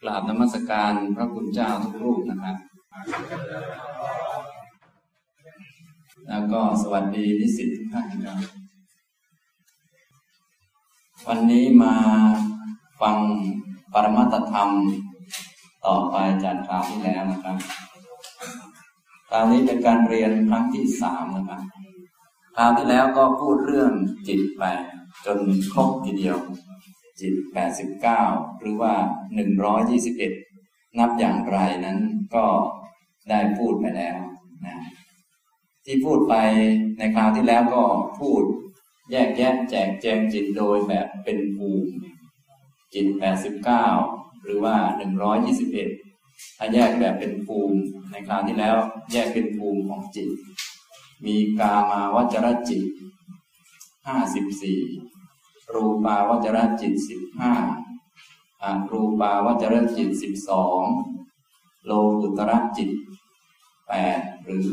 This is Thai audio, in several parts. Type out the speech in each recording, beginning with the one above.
กราบนมัสการพระคุณเจ้าทุกรูปนะครับแล้วก็สวัสดีนิสิตทุกท่านครับวันนี้มาฟังปรมัตถธรรมต่อไปจากคราวที่แล้วนะครับคราวนี้เป็นการเรียนครั้งที่3นะครับคราวที่แล้วก็พูดเรื่องจิตไปจนครบทีเดียวจิต89หรือว่า121นับอย่างไรนั้นก็ได้พูดไปแล้วนะที่พูดไปในคราวที่แล้วก็พูดแยกแยะแจกแจงจิตโดยแบบเป็นภูมิจิต89หรือว่า121ถ้าแยกแบบเป็นภูมิในคราวที่แล้วแยกเป็นภูมิของจิตมีกามาวจรจิต54รูปาวจรจิต15อรูปาวจรจิต12โลกุตระจิต8หรือ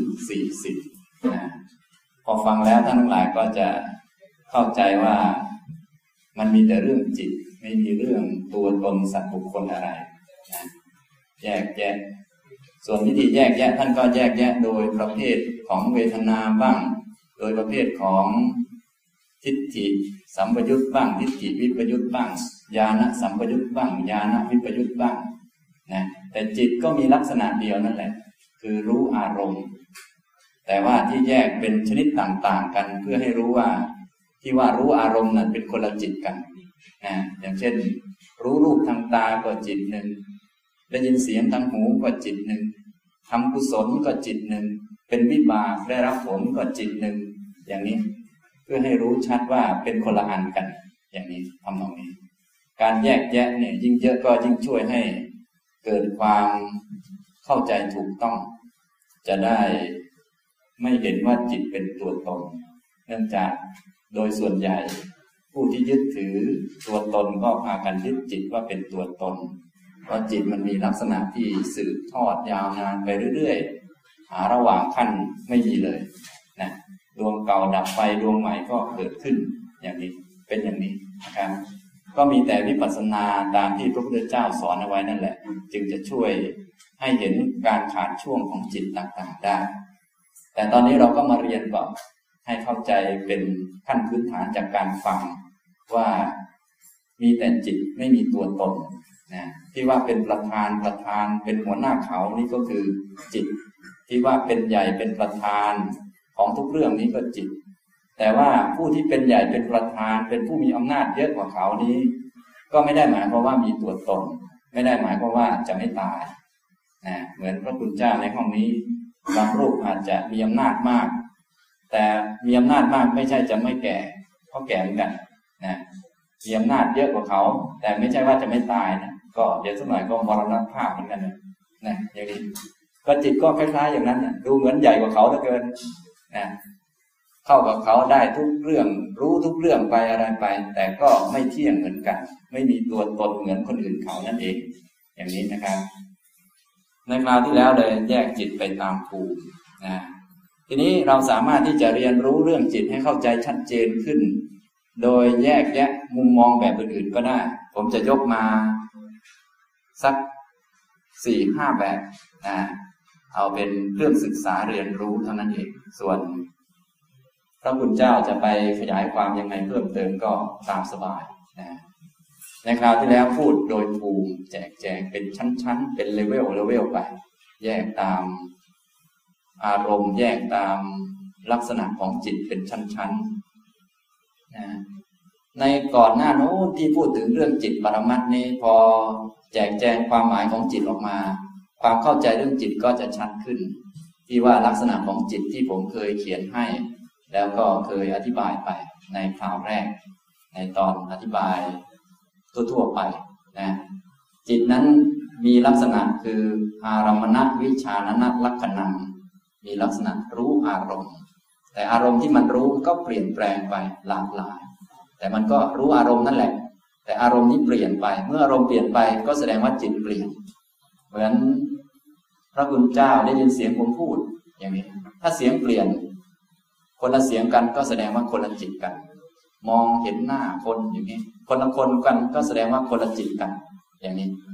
40นะพอฟังแล้วท่านทั้งหลายก็จะเข้าใจว่ามันมีแต่เรื่องจิตไม่มีเรื่องตัวตนสัตว์บุคคลอะไรนะแยกแยะส่วนวิธีแยกแยะท่านก็แยกแยะโดยประเภทของเวทนาบ้างโดยประเภทของทิฏฐิสัมปยุตบ้างทิฏฐิวิปยุตบ้างญาณสัมปยุตบ้างญาณวิปยุตบ้างนะแต่จิตก็มีลักษณะเดียวนั่นแหละคือรู้อารมณ์แต่ว่าที่แยกเป็นชนิดต่างๆกันเพื่อให้รู้ว่าที่ว่ารู้อารมณ์นั้นเป็นคนละจิตกันนะอย่างเช่นรู้รูปทางตาก็จิตหนึ่งได้ยินเสียงทางหูก็จิตหนึ่งทำกุศลก็จิตหนึ่งเป็นวิบากได้รับผลก็จิตหนึ่งอย่างนี้เพื่อให้รู้ชัดว่าเป็นคนละอันกันอย่างนี้ทำตรงนี้การแยกแยะเนี่ยยิ่งเยอะก็ยิ่งช่วยให้เกิดความเข้าใจถูกต้องจะได้ไม่เห็นว่าจิตเป็นตัวตนเนื่องจากโดยส่วนใหญ่ผู้ที่ยึดถือตัวตนก็พากันยึดจิตว่าเป็นตัวตนเพราะจิตมันมีลักษณะที่สืบทอดยาวนานไปเรื่อยๆหาระหว่างขั้นไม่มีเลยนะดวงเก่าดับไปดวงใหม่ก็เกิดขึ้นอย่างนี้เป็นอย่างนี้นะครับก็มีแต่วิปัสสนาตามที่พระพุทธเจ้าสอนเอาไว้นั่นแหละจึงจะช่วยให้เห็นการขาดช่วงของจิตต่างๆได้แต่ตอนนี้เราก็มาเรียนก่อนให้เข้าใจเป็นขั้นพื้นฐานจากการฟังว่ามีแต่จิตไม่มีตัวตนนะที่ว่าเป็นประธานเป็นหัวหน้าเขานี่ก็คือจิตที่ว่าเป็นใหญ่เป็นประธานของทุกเรื่องนี้ก็จิตแต่ว่าผู้ที่เป็นใหญ่เป็นประธานเป็นผู้มีอำนาจเยอะกว่าเขานี้ก็ไม่ได้หมายความว่ามีตัวตนไม่ได้หมายความว่าจะไม่ตายนะเหมือนพระคุณเจ้าในห้องนี้บางรูปอาจจะมีอำนาจมากแต่มีอำนาจมากไม่ใช่จะไม่แก่เพราะแก่เหมือนกันนะมีอำนาจเยอะกว่าเขาแต่ไม่ใช่ว่าจะไม่ตายนะก็เดี๋ยวสักหน่อยก็มรณภาพเหมือนกันนะอย่างนี้ก็จิตก็คล้ายๆอย่างนั้นนะดูเหมือนใหญ่กว่าเขาเหลือเกินนะเข้ากับเขาได้ทุกเรื่องรู้ทุกเรื่องไปอะไรไปแต่ก็ไม่เที่ยงเหมือนกันไม่มีตัวตนเหมือนคนอื่นเขานั่นเองอย่างนี้นะครับในคราวที่แล้วเลยแยกจิตไปตามภูมินะทีนี้เราสามารถที่จะเรียนรู้เรื่องจิตให้เข้าใจชัดเจนขึ้นโดยแยกแยะมุมมองแบบอื่นๆก็ได้ผมจะยกมาสัก 4-5 แบบนะเอาเป็นเครื่องศึกษาเรียนรู้เท่านั้นเองส่วนพระคุณเจ้าจะไปขยายความยังไงเพิ่มเติมก็ตามสบายนะในคราวที่แล้วพูดโดยภูมิแจกแจงเป็นชั้นๆเป็นเลเวลไปแยกตามอารมณ์แยกตามลักษณะของจิตเป็นชั้นๆนะในก่อนหน้าโน้นที่พูดถึงเรื่องจิตปรมัตถ์นี้พอแจกแจงความหมายของจิตออกมาความเข้าใจเรื่องจิตก็จะชัดขึ้นที่ว่าลักษณะของจิตที่ผมเคยเขียนให้แล้วก็เคยอธิบายไปในคราวแรกในตอนอธิบายทั่วๆไปนะจิตนั้นมีลักษณะคืออารมณวิชานนลักขณังมีลักษณะรู้อารมณ์แต่อารมณ์ที่มันรู้ก็เปลี่ยนแปลงไปหลากหลายแต่มันก็รู้อารมณ์นั่นแหละแต่อารมณ์นี้เปลี่ยนไปเมื่ออารมณ์เปลี่ยนไปก็แสดงว่าจิตเปลี่ยนเหมือนพระคุณเจ้าได้ยินเสียงผมพูดอย่างนี้ถ้าเสียงเปลี่ยนคนละเสียงกันก็แสดงว่าคนละจิตกันมองเห็นหน้าคนอย่างนี้คนละคนกันก็แสดงว่าคนละจิตกันอย่างนี้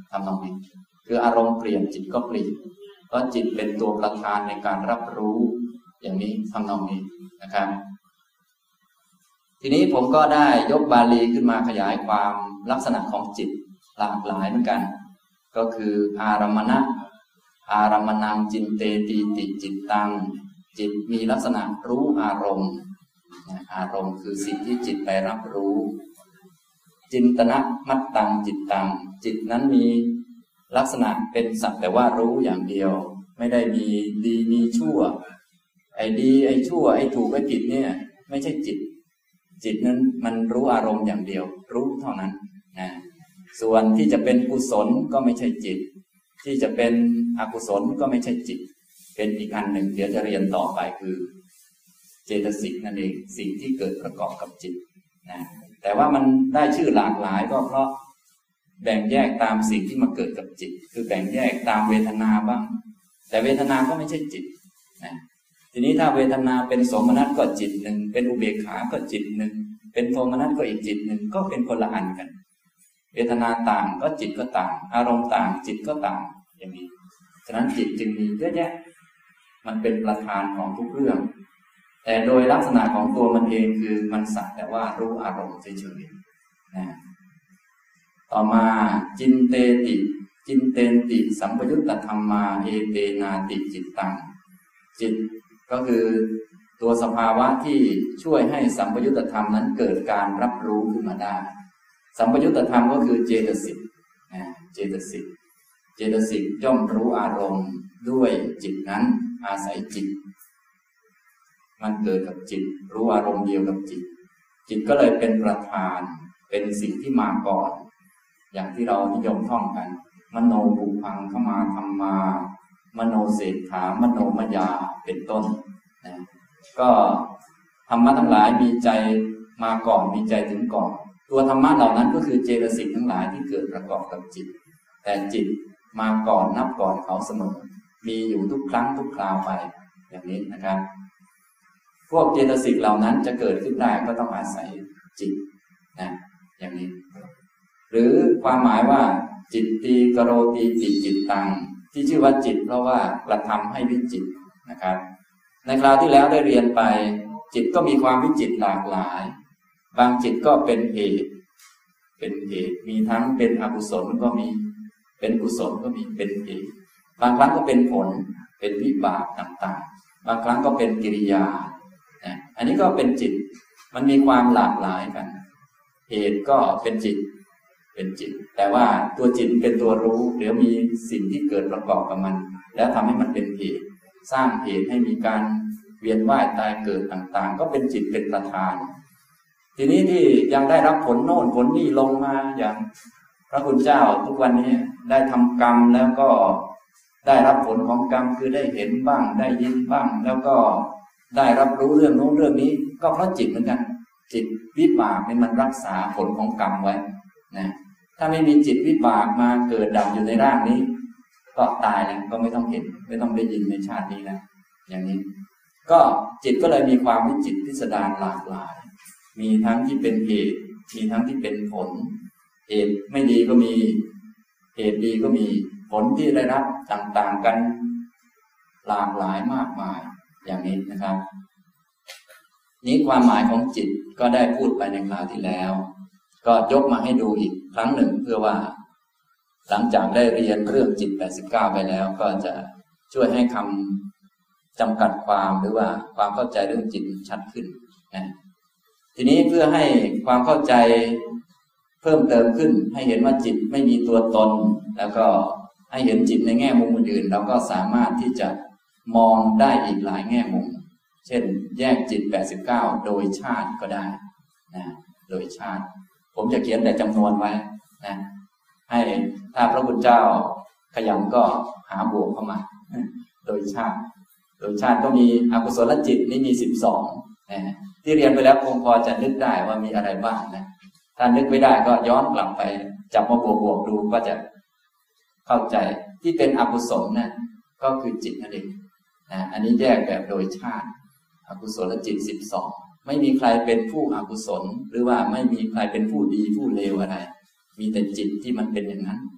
ทำนองนี้คืออารมณ์เปลี่ยนจิตก็เปลี่ยนเพราะจิตเป็นตัวประธานในการรับรู้อย่างนี้ทำนองนี้นะครับทีนี้ผมก็ได้ยกบาลีขึ้นมาขยายความลักษณะของจิตหลากหลายเหมือนกันก็คืออารมณะอารมณังจินเตตีติจิตตังจิตมีลักษณะรู้อารมณ์อารมณ์คือสิ่งที่จิตไปรับรู้จินตนะมัตตังจิตตังจิตนั้นมีลักษณะเป็นสักแต่ว่ารู้อย่างเดียวไม่ได้มีดีมีชั่วไอ้ดีไอ้ชั่วไอ้ถูกไอ้ผิดเนี่ยไม่ใช่จิตจิตนั้นมันรู้อารมณ์อย่างเดียวรู้เท่านั้นนะส่วนที่จะเป็นกุศลก็ไม่ใช่จิตที่จะเป็นอกุศลก็ไม่ใช่จิตเป็นอีกอันหนึ่งเดี๋ยวจะเรียนต่อไปคือเจตสิกนั่นเองสิ่งที่เกิดประกอบกับจิตนะแต่ว่ามันได้ชื่อหลากหลายก็เพราะแบ่งแยกตามสิ่งที่มาเกิดกับจิตคือแบ่งแยกตามเวทนาบ้างแต่เวทนาก็ไม่ใช่จิตนะทีนี้ถ้าเวทนาเป็นโสมนัสก็จิตหนึ่งเป็นอุเบกขาก็จิตหนึ่งเป็นโทมนัสก็อีกจิตหนึ่งก็เป็นคนละอันกันเวทนาต่างก็จิตก็ต่างอารมณ์ต่างจิตก็ต่างอย่างนี้ฉะนั้นจิตจึงมีเยอะแยะมันเป็นประธานของทุกเรื่องแต่โดยลักษณะของตัวมันเองคือมันสักแต่ว่ารู้อารมณ์เฉยๆนะต่อมาจินเตติจินเตนติสัมปยุตตธรรมาเอเตนาติจิตตังจิตก็คือตัวสภาวะที่ช่วยให้สัมปยุตตธรรมนั้นเกิดการรับรู้ขึ้นมาได้สัมปยุตตธรรมก็คือเจตสิกเจตสิกย่อมรู้อารมณ์ด้วยจิตนั้นอาศัยจิตมันเกิดกับจิตรู้อารมณ์เดียวกับจิตจิตก็เลยเป็นประธานเป็นสิ่งที่มาก่อนอย่างที่เรานิยมท่องกันมโนปุพังขมาธัมมามโนเศรษฐามโนมยาเป็นต้นนะก็ธรรมะทั้งหลายมีใจมาก่อนมีใจถึงก่อนตัวธรรมะเหล่านั้นก็คือเจตสิกทั้งหลายที่เกิดประกอบกับจิตแต่จิตมาก่อนนับก่อนเขาเสมอมีอยู่ทุกครั้งทุกคราวไปอย่างนี้นะครับพวกเจตสิกเหล่านั้นจะเกิดขึ้นได้ก็ต้องอาศัยจิตนะอย่างนี้หรือความหมายว่าจิตตีกโรตีติจิตตังที่ชื่อว่าจิตเพราะว่ากระทำให้วิจิตรนะครับในคราวที่แล้วได้เรียนไปจิตก็มีความวิจิตรหลากหลายบางจิตก็เป็นเหตุมีทั้งเป็นอกุศลก็มีเป็นกุศลก็มีเป็นเหตุบางครั้งก็เป็นผลเป็นวิบากต่างๆบางครั้งก็เป็นกิริยาอันนี้ก็เป็นจิตมันมีความหลากหลายกันเหตุก็เป็นจิตแต่ว่าตัวจิตเป็นตัวรู้เดี๋ยวมีสิ่งที่เกิดประกอบกับมันแล้วทำให้มันเป็นเหตุสร้างเหตุให้มีการเวียนว่ายตายเกิดต่างๆก็เป็นจิตเป็นประธานทีนี้ที่ยังได้รับผลโน่นผลนี่ลงมาอย่างพระคุณเจ้าทุกวันนี้ได้ทำกรรมแล้วก็ได้รับผลของกรรมคือได้เห็นบ้างได้ยินบ้างแล้วก็ได้รับรู้เรื่องโน้นเรื่องนี้ก็เพราะจิตเหมือนกันจิตวิบากมันรักษาผลของกรรมไว้นะถ้าไม่มีจิตวิบากมาเกิดดับอยู่ในร่างนี้ก็ตายแล้วก็ไม่ต้องเห็นไม่ต้องได้ยินในชาตินี้แล้วอย่างนี้ก็จิตก็เลยมีความวิจิตรพิสดารหลากหลายมีทั้งที่เป็นเหตุมีทั้งที่เป็นผลเหตุไม่ดีก็มีเหตุดีก็มีผลที่ได้รับต่างๆกันหลากหลายมากมายอย่างนี้นะครับนี้ความหมายของจิตก็ได้พูดไปในคราวที่แล้วก็ยกมาให้ดูอีกครั้งหนึ่งเพื่อว่าหลังจากได้เรียนเรื่องจิต89ไปแล้วก็จะช่วยให้คำจำกัดความหรือว่าความเข้าใจเรื่องจิตชัดขึ้นนะทีนี้เพื่อให้ความเข้าใจเพิ่มเติมขึ้นให้เห็นว่าจิตไม่มีตัวตนแล้วก็ให้เห็นจิตในแง่มุมอื่นเราก็สามารถที่จะมองได้อีกหลายแง่มุมเช่นแยกจิต89โดยชาติก็ได้นะโดยชาติผมจะเขียนแต่จำนวนไว้นะให้ถ้าพระพุทธเจ้าขยันก็หาบวกเข้ามาโดยชาติก็มีอกุศลจิตนี่มี12นะที่เรียนไปแล้วคงพอจะนึกได้ว่ามีอะไรบ้างนะถ้านึกไม่ได้ก็ย้อนกลับไปจับมาบวกดูก็จะเข้าใจที่เป็นอกุศลนะก็คือจิตนั่นเองนะอันนี้แยกแบบโดยชาติอกุศลจิต12ไม่มีใครเป็นผู้อกุศลหรือว่าไม่มีใครเป็นผู้ดีผู้เลวอะไรมีแต่จิตที่มันเป็นอย่างนั้น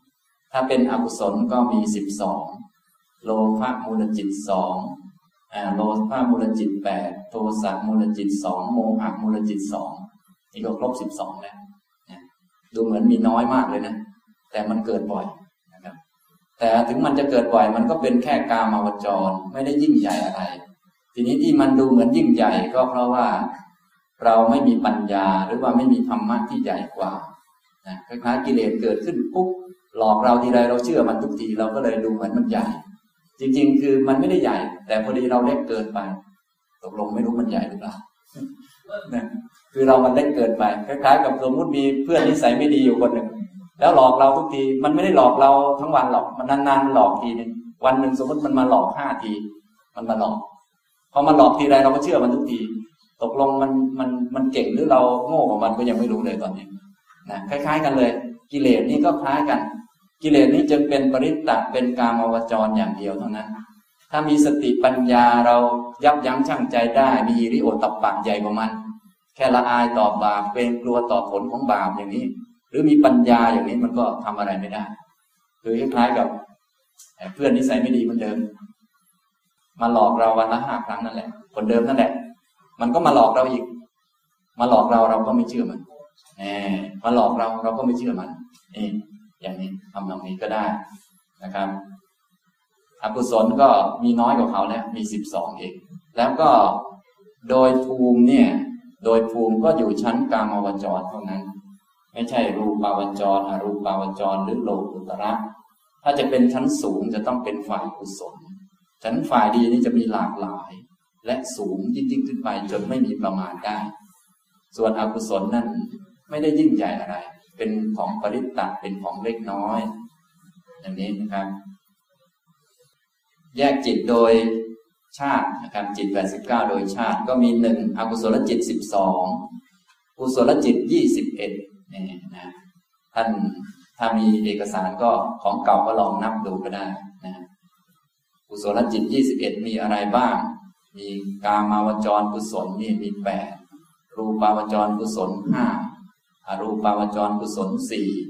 ถ้าเป็นอกุศลก็มี12โลภะมูลจิต2โลภะมูลจิต8โทสะมูลจิต2โมหะมูลจิต2นี่ก็ครบ12แล้วดูเหมือนมีน้อยมากเลยนะแต่มันเกิดบ่อยนะครับแต่ถึงมันจะเกิดบ่อยมันก็เป็นแค่กามาวจรไม่ได้ยิ่งใหญ่อะไรทีนี้ที่มันดูเหมือนยิ่งใหญ่ก็เพราะว่าเราไม่มีปัญญาหรือว่าไม่มีธรรมะที่ใหญ่กว่าคล้ายๆกิเลสเกิดขึ้นปุ๊บหลอกเราทีไรเราเชื่อมันทุกทีเราก็เลยดูเหมือนมันใหญ่จริงๆคือมันไม่ได้ใหญ่แต่พอดีเราเล็กเกินไปตกลงไม่รู้มันใหญ่หรือเปล่านะคือเรามันเล็กเกินไปคล้ายๆกับสมมติมีเพื่อนนิสัยไม่ดีอยู่คนหนึ่งแล้วหลอกเราทุกทีมันไม่ได้หลอกเราทั้งวันหรอกมันนานๆมันหลอกทีนึงวันหนึ่งสมมติมันมาหลอก5 ทีมันมาหลอกพอมันหลอกทีไรเราก็เชื่อมันทุกทีตกลงมันเก่งหรือเราโง่ของมันก็ยังไม่รู้เลยตอนนี้นะคล้ายๆกันเลยกิเลสนี่ก็คล้ายกันกิเลสนี้จึงเป็นปริตตะเป็นกามาวจรอย่างเดียวเท่านั้นถ้ามีสติปัญญาเรายับยั้งชั่งใจได้มีหิริโอตตัปปะใหญ่กว่ามันแค่ละอายต่อบาปเป็นกลัวต่อผลของบาปอย่างนี้หรือมีปัญญาอย่างนี้มันก็ทำอะไรไม่ได้คือคล้ายๆกับเพื่อนนิสัยไม่ดีเหมือนเดิมมาหลอกเราวันละ5 ครั้งนั่นแหละคนเดิมนั่นแหละมันก็มาหลอกเราอีกมาหลอกเราก็ไม่เชื่อมันมาหลอกเราก็ไม่เชื่อมันอย่างนี้ทำอย่างนี้ก็ได้นะครับอกุศลก็มีน้อยกว่าเขาแล้วมี12เองแล้วก็โดยภูมิเนี่ยโดยภูมิก็อยู่ชั้นกามาวจรเท่านั้นไม่ใช่รูปาวจรอรูปาวจรหรือโลกุตระถ้าจะเป็นชั้นสูงจะต้องเป็นฝ่ายกุศลชั้นฝ่ายดีนี่จะมีหลากหลายและสูงยิ่งขึ้นไปจนไม่มีประมาณได้ส่วนอกุศลนั่นไม่ได้ยิ่งใหญ่อะไรเป็นของปริตตะเป็นของเล็กน้อยอย่างนี้นะครับแยกจิตโดยชาตินะครับจิต89โดยชาติก็มี1อกุศลจิต12กุศลจิต21นี่นะท่านถ้ามีเอกสารก็ของเก่าก็ลองนับดูก็ได้นะกุศลจิต21มีอะไรบ้างมีกามาวจรกุศลนี่มี8รูปาวจรกุศล5อรูปาวจรกุศล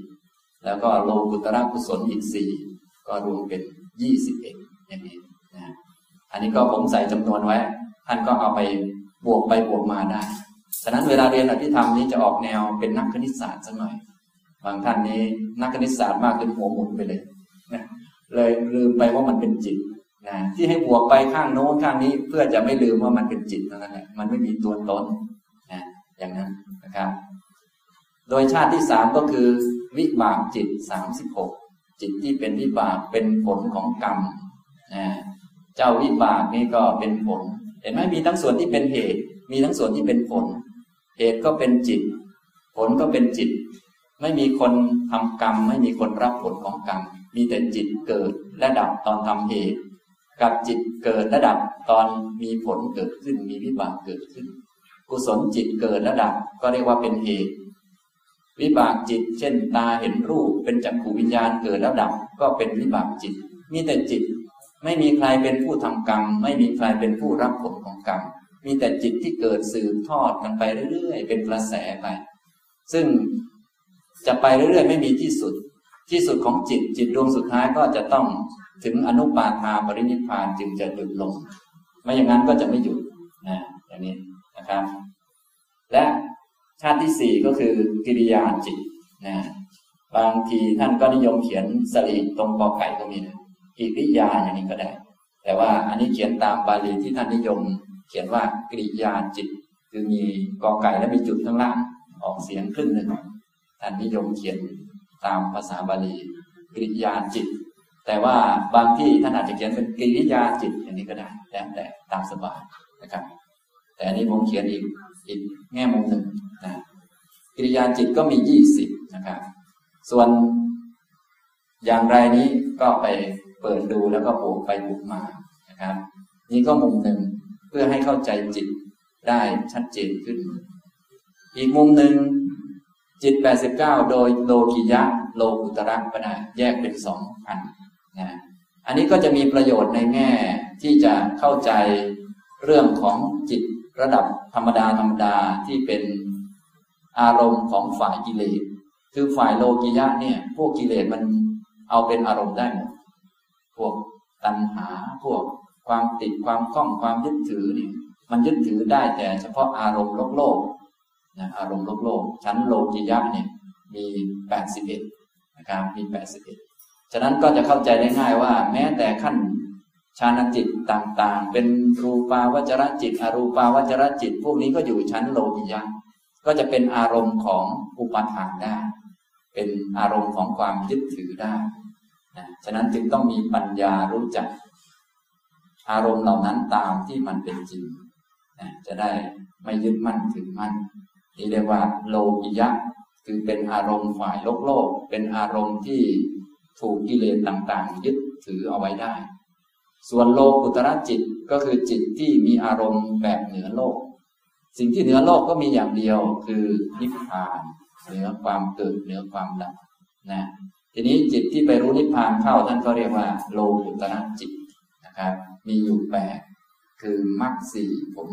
4แล้วก็โลกุตระกุศลอีก4ก็รวมเป็น21อย่างนี้นะอันนี้ก็ผมใส่จำนวนไว้ท่านก็เอาไปบวกไปบวกมาได้ฉะนั้นเวลาเรียนอภิธรรมนี้จะออกแนวเป็นนักคณิตศาสตร์สักหน่อยบางท่านนี้นักคณิตศาสตร์มากจนหัวหมุนไปเลยนะเลยลืมไปว่ามันเป็นจิตนะที่ให้บวกไปข้างโน้นข้างนี้เพื่อจะไม่ลืมว่ามันเป็นจิตนั่นแหละมันไม่มีตัวตนนะอย่างนั้นนะครับโดยชาติที่3ก็คือวิบากจิต36จิตที่เป็นวิบากเป็นผลของกรรมนะเจ้าวิบากนี่ก็เป็นผลเห็นไหมมีทั้งส่วนที่เป็นเหตุมีทั้งส่วนที่เป็นผลเหตุก็เป็นจิตผลก็เป็นจิตไม่มีคนทำกรรมไม่มีคนรับผลของกรรมมีแต่จิตเกิดและดับตอนทำเหตุกับจิตเกิดและดับตอนมีผลเกิดขึ้นมีวิบากเกิดขึ้นกุศลจิตเกิดและดับก็เรียกว่าเป็นเหตุวิบากจิตเช่นตาเห็นรูปเป็นจักขุวิญญาณเกิดแล้วดับก็เป็นวิบากจิตมีแต่จิตไม่มีใครเป็นผู้ทำกรรมไม่มีใครเป็นผู้รับผลของกรรมมีแต่จิตที่เกิดสืบทอดกันไปเรื่อยๆเป็นกระแสไปซึ่งจะไปเรื่อยๆไม่มีที่สุดที่สุดของจิตดวงสุดท้ายก็จะต้องถึงอนุปาทาปรินิพพานจึงจะหยุดลงไม่อย่างนั้นก็จะไม่หยุดอย่างนี้นะครับและชาติที่4ก็คือกิริยาจิตนะบางทีท่านก็นิยมเขียนสลีตรงกอไก่ก็มีนะกิริยาอย่างนี้ก็ได้แต่ว่าอันนี้เขียนตามบาลีที่ท่านนิยมเขียนว่ากิริยาจิตคือมีกอไก่และมีจุดข้างล่างออกเสียงครึ่งหนึ่งท่านนิยมเขียนตามภาษาบาลีกิริยาจิตแต่ว่าบางที่ท่านอาจจะเขียนเป็นกิริยาจิตอย่างนี้ก็ได้แล้วแต่ตามสบายนะครับแต่อันนี้ผมเขียนอีกแง่มุมหนึ่งนะกิริยาจิตก็มี20นะครับส่วนอย่างไรนี้ก็ไปเปิดดูแล้วก็บวกไปบวกมานะครับนี่ก็มุมหนึ่งเพื่อให้เข้าใจจิตได้ชัดเจนขึ้นอีกมุมหนึ่งจิต89โดยโลกิยะโลกุตระก็ได้แยกเป็น2อันนะอันนี้ก็จะมีประโยชน์ในแง่ที่จะเข้าใจเรื่องของจิตระดับธรรมดาที่เป็นอารมณ์ของฝ่ายกิเลสคือฝ่ายโลกิยะเนี่ยพวกกิเลสมันเอาเป็นอารมณ์ได้หมดพวกตัณหาพวกความติดความคล้องความยึดถือนี่มันยึดถือได้แต่เฉพาะอารมณ์โลกนะอารมณ์โลกชั้นโลกิยะเนี่ยมี81นะครับมี81ฉะนั้นก็จะเข้าใจได้ง่ายว่าแม้แต่ขั้นฌานจิตต่างๆเป็นรูปาวจรจิตอรูปาวจรจิตพวกนี้ก็อยู่ชั้นโลกิยะก็จะเป็นอารมณ์ของอุปาทานได้เป็นอารมณ์ของความยึดถือได้นะฉะนั้นจึงต้องมีปัญญารู้จักอารมณ์เหล่านั้นตามที่มันเป็นจริงนะจะได้ไม่ยึดมั่นถือมั่นนี่เรียกว่าโลกิยะคือเป็นอารมณ์ฝ่ายโลกเป็นอารมณ์ที่ถูกกิเลสต่างๆยึดถือเอาไว้ได้ส่วนโลกุตระจิตก็คือจิตที่มีอารมณ์แบบเหนือโลกสิ่งที่เหนือโลกก็มีอย่างเดียวคือนิพพานเหนือความเกิดเหนือความดับนะทีนี้จิตที่ไปรู้นิพพานเข้าท่านก็เรียกว่าโลกุตระจิตนะครับมีอยู่8คือมรรค4ผล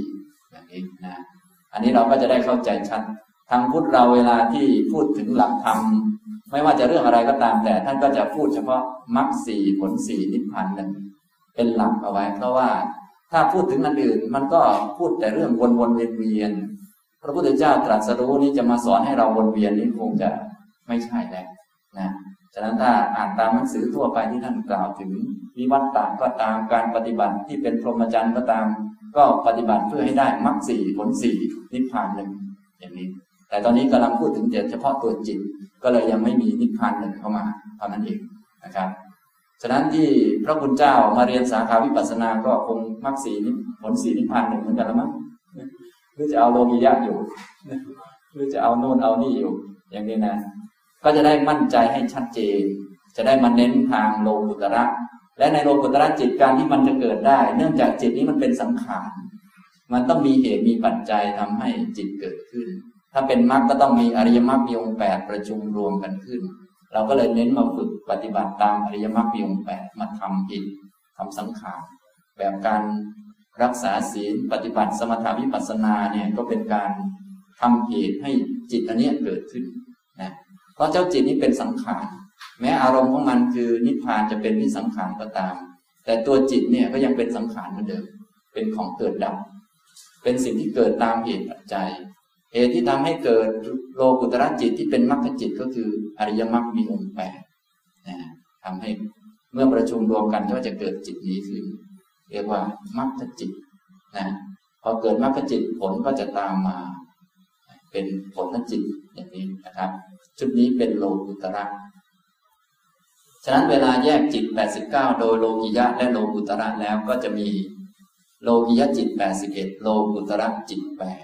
4อย่างนี้นะอันนี้เราก็จะได้เข้าใจชัดทางพุทธเราเวลาที่พูดถึงหลักธรรมไม่ว่าจะเรื่องอะไรก็ตามแต่ท่านก็จะพูดเฉพาะมรรค4ผล4นิพพาน1เป็นหลักเอาไว้เพราะว่าถ้าพูดถึงอันอื่นมันก็พูดแต่เรื่องวนๆเวียนๆพระพุทธเจ้าตรัสรู้นี้จะมาสอนให้เราวนเวียนนี่คงจะไม่ใช่แล้วนะฉะนั้นถ้าอ่านตามหนังสือทั่วไปที่ท่านกล่าวถึงวิวัตตะก็ตามการปฏิบัติที่เป็นพรหมจรรย์ก็ตามก็ปฏิบัติเพื่อให้ได้มรรค4ผล4นิพพาน1อย่างนี้แต่ตอนนี้กำลังพูดถึงเฉพาะตัวจิตก็เลยยังไม่มีนิพพาน1เข้ามาเท่านั้นเองนะครับฉะนั้นที่พระคุณเจ้ามาเรียนสาขาวิปัสสนาก็คงมรรค4ผล4นิพพาน1เหมือนกันแล้วมั้งหรือจะเอาโลกิยะอยู่หรือจะเอาโน่นเอานี่อยู่อย่างนี้นะก็จะได้มั่นใจให้ชัดเจนจะได้มาเน้นทางโลกุตระและในโลกุตระจิตการที่มันจะเกิดได้เนื่องจากจิตนี้มันเป็นสังขารมันต้องมีเหตุมีปัจจัยทำให้จิตเกิดขึ้นถ้าเป็นมรรคก็ต้องมีอริยมรรคมีองค์8ประชุมรวมกันขึ้นเราก็เลยเน้นมาฝึกปฏิบัติตามอริยมรรคมีองค์8มาทำจิตทำสังขารแบบการรักษาศีลปฏิบัติสมถะวิปัสสนาเนี่ยก็เป็นการทำเหตุให้จิตอันนี้เกิดขึ้นนะเพราะเจ้าจิตนี้เป็นสังขารแม้อารมณ์ของมันคือนิพพานจะเป็นวิสังขารก็ตามแต่ตัวจิตเนี่ยก็ยังเป็นสังขารเหมือนเดิมเป็นของเกิดดับเป็นสิ่งที่เกิดตามเหตุปัจจัยเหตุที่ทำให้เกิดโลกุตระจิตที่เป็นมรรคจิตก็คืออริยมรรคมีองค์8นะทำให้เมื่อประชุมรวมกันก็จะเกิดจิตนี้ขึ้นเรียกว่ามรรคจิตนะพอเกิดมรรคจิตผลก็จะตามมาเป็นผลจิตอย่างนี้นะครับชุดนี้เป็นโลกุตระฉะนั้นเวลาแยกจิต89โดยโลกิยะและโลกุตระแล้วก็จะมีโลกิยะจิต81โลกุตระจิต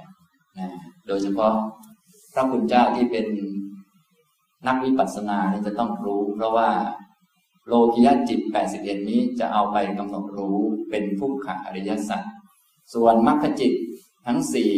8นะโดยเฉพาะพระคุณเจ้าที่เป็นนักวิปัสสนานี่จะต้องรู้เพราะว่าโลกิยะจิต81นี้จะเอาไปกำหนดรู้เป็นทุกขอริยสัจส่วนมรรคจิตทั้ง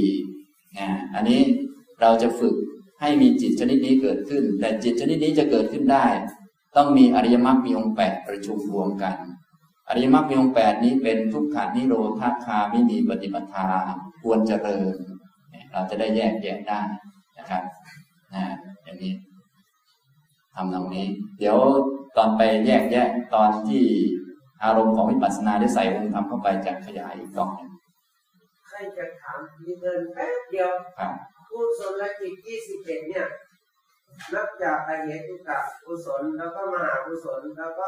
4นะอันนี้เราจะฝึกให้มีจิตชนิดนี้เกิดขึ้นแต่จิตชนิดนี้จะเกิดขึ้นได้ต้องมีอริยมรรคมีองค์8ประชุมรวมกันอริยมรรคมีองค์8นี้เป็นทุกขานิโรธคามินีปฏิปทาควรเจริญเราจะได้แยกแยะได้นะครับอย่างนี้ทำตรงนี้เดี๋ยวตอนไปแยกแยะตอนที่อารมณ์ของวิปัสสนาได้ใส่องค์ธรรมเข้าไปจะขยายอีกตอนนึงใครจะถามมีเดินแป๊บเดียวกุศลจิต21เนี่ยนับจากอเหตุกะกุศลแล้วก็มหากุศลแล้วก็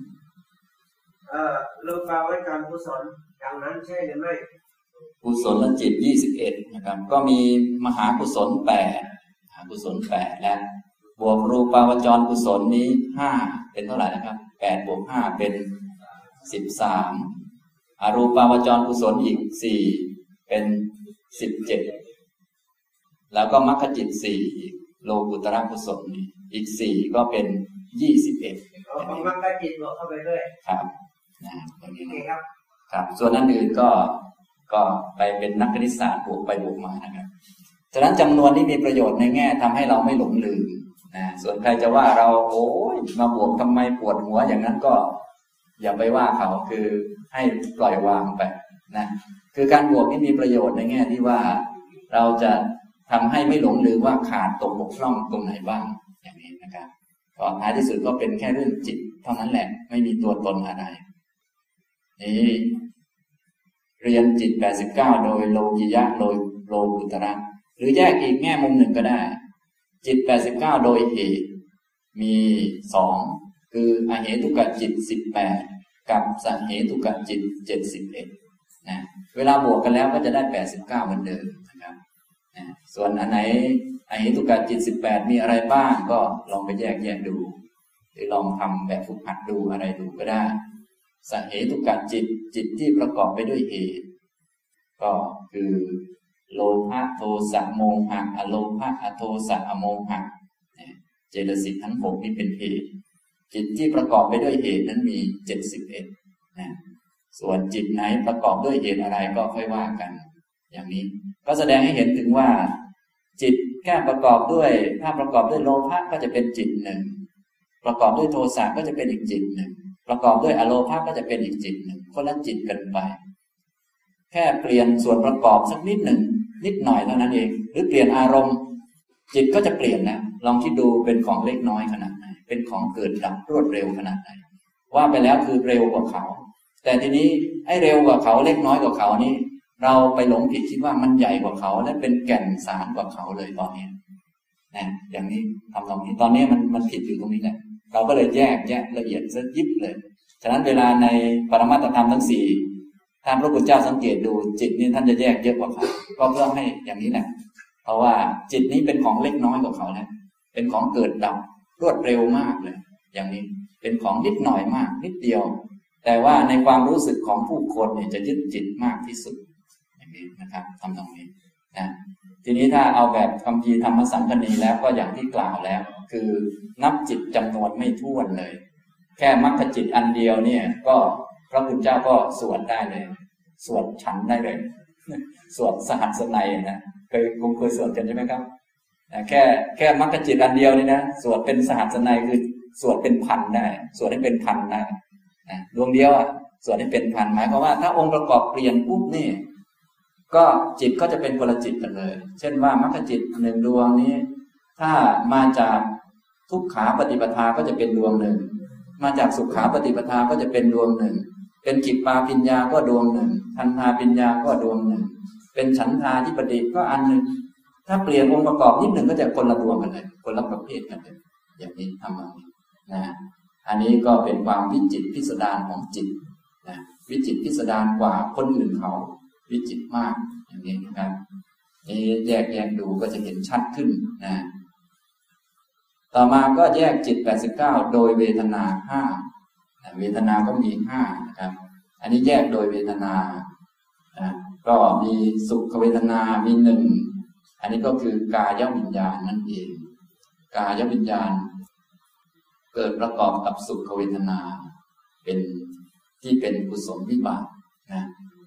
โลภาวจรกุศลอย่างนั้นใช่หรือไม่กุศลจิต21นะครับก็มีมหากุศล8มหากุศล8และบวกรูปาวจรกุศลนี้5เป็นเท่าไหร่นะครับ8บวก5เป็น13อรูปาวจรกุศลอีก4เป็น17แล้วก็มรรคจิต4โลกุตระกุศลอีก4ก็เป็น21 เอามรรคจิตบวกเข้าไปด้วยครับอย่างนี้ครับส่วนนั้นอื่นก็ไปเป็นนักคณิตศาสตร์บวกไปบวกมานะครับฉะนั้นจำนวนนี้มีประโยชน์ในแง่ทำให้เราไม่หลงลืมนะส่วนใครจะว่าเราโอ้ยมาบวกทำไมปวดหัวอย่างนั้นก็อย่าไปว่าเขาคือให้ปล่อยวางไปนะคือการบวกนี่มีประโยชน์ในแง่ที่ว่าเราจะทำให้ไม่หลงลืมว่าขาดตกบกพร่องตรงไหนบ้างอย่างนี้นะครับก็ท้ายที่สุดก็เป็นแค่เรื่องจิตเท่านั้นแหละไม่มีตัวตนอะไรนี่เรียนจิต89โดยโลกิยะโลกุตระหรือแยกอีกแง่มุมหนึ่งก็ได้จิต89โดยเหตุมี2คืออเหตุกจิต18กับสเหตุกจิต71นะเวลาบวกกันแล้วก็จะได้89เหมือนเดิมนะครับนะส่วนอันไหนอเหตุกจิต18มีอะไรบ้างก็ลองไปแยกดูหรือลองทำแบบฝึกหัดดูอะไรดูก็ได้สเหตุกจิตที่ประกอบไปด้วยเหตุก็คือโลภะโทสะโมหะอโลภะอโทสะอโมหะเจตสิกทั้ง6นี้เป็นเหตุจิตที่ประกอบไปด้วยเหตุนั้นมี71นะส่วนจิตไหนประกอบด้วยเหตุอะไรก็ค่อยว่ากันอย่างนี้ก็แสดงให้เห็นถึงว่าจิตแค่ประกอบด้วยถ้าประกอบด้วยโลภะก็จะเป็นจิตหนึ่งประกอบด้วยโทสะก็จะเป็นอีกจิตหนึ่งประกอบด้วยอโลภะก็จะเป็นอีกจิตหนึ่งคนละจิตกันไปแค่เปลี่ยนส่วนประกอบสักนิดหนึ่งนิดหน่อยเท่านั้นเองหรือเปลี่ยนอารมณ์จิตก็จะเปลี่ยนนะลองคิดดูเป็นของเล็กน้อยขนาดไหนเป็นของเกิดดับรวดเร็วขนาดไหนว่าไปแล้วคือเร็วกว่าเขาแต่ทีนี้ไอ้เร็วกว่าเขาเล็กน้อยกว่าเขานี่เราไปหลงผิดคิดว่ามันใหญ่กว่าเขาและเป็นแก่นสารกว่าเขาเลยตอนนี้นะอย่างนี้ทำตรงนี้ตอนนี้มันผิดอยู่ตรงนี้แหละเราก็เลยแยกละเอียดซะยิบเลยฉะนั้นเวลาในปรมัตถธรรมทั้ง4ท่านพระพุทธเจ้าสังเกตดูจิตนี้ท่านจะแยกเยอะกว่าเขาก็เพื่อให้อย่างนี้แหละเพราะว่าจิตนี้เป็นของเล็กน้อยกว่าเขาแล้วเป็นของเกิดดับรวดเร็วมากเลยอย่างนี้เป็นของนิดหน่อยมากนิดเดียวแต่ว่าในความรู้สึกของผู้คนเนี่ยจะยึดจิตมากที่สุดอย่างนี้นะครับทำตรงนี้นะทีนี้ถ้าเอาแบบคัมภีร์ธรรมสังคณีแล้วก็อย่างที่กล่าวแล้วคือนับจิตจำนวนไม่ถ้วนเลยแค่มรรคจิตอันเดียวเนี่ยก็พระพุทธเจ้าก็สวดได้เลยสวดฉันได้เลยสวดสหัสนัยนะเคยสวดกันใช่ไหมครับแค่มรรคจิตอันเดียวนี่นะสวดเป็นสหัสนัยคือสวดเป็นพันได้สวดให้เป็นพันได้ดวงเดียวอ่ะสวดให้เป็นพันหมายความว่าถ้าองค์ประกอบเปลี่ยนปุ๊บนี่ก็จิตก็จะเป็นคนละจิตกันเลยเช่นว่ามรรคจิต1ดวงนี้ถ้ามาจากทุกขาปฏิปทาก็จะเป็นดวงหนึ่งมาจากสุขาปฏิปทาก็จะเป็นดวงหนึ่งเป็นจิตปาปิญญาก็ดวงหนึ่งทันทาปิญญาก็ดวงหนึ่งเป็นฉันทาธิปติก็อันหนึ่งถ้าเปลี่ยนองค์ประกอบนิดหนึ่งก็จะคนละดวงกันเลยคนละประเภทกันเลยอย่างนี้ทำแบบนี้นะอันนี้ก็เป็นความวิจิตรพิสดารของจิตนะวิจิตรพิสดารกว่าคนอื่นเขาวิจิตรมากอย่างนี้นะครับนี่แยกดูก็จะเห็นชัดขึ้นนะต่อมาก็แยกจิต89โดยเวทนา5เวทนาก็มี5นะครับอันนี้แยกโดยเวทนาก็มีสุขเวทนามี1อันนี้ก็คือกายวิญญาณนั่นเองกายวิญญาณเกิดประกอบกับสุขเวทนาเป็นที่เป็นกุศลวิบากนะ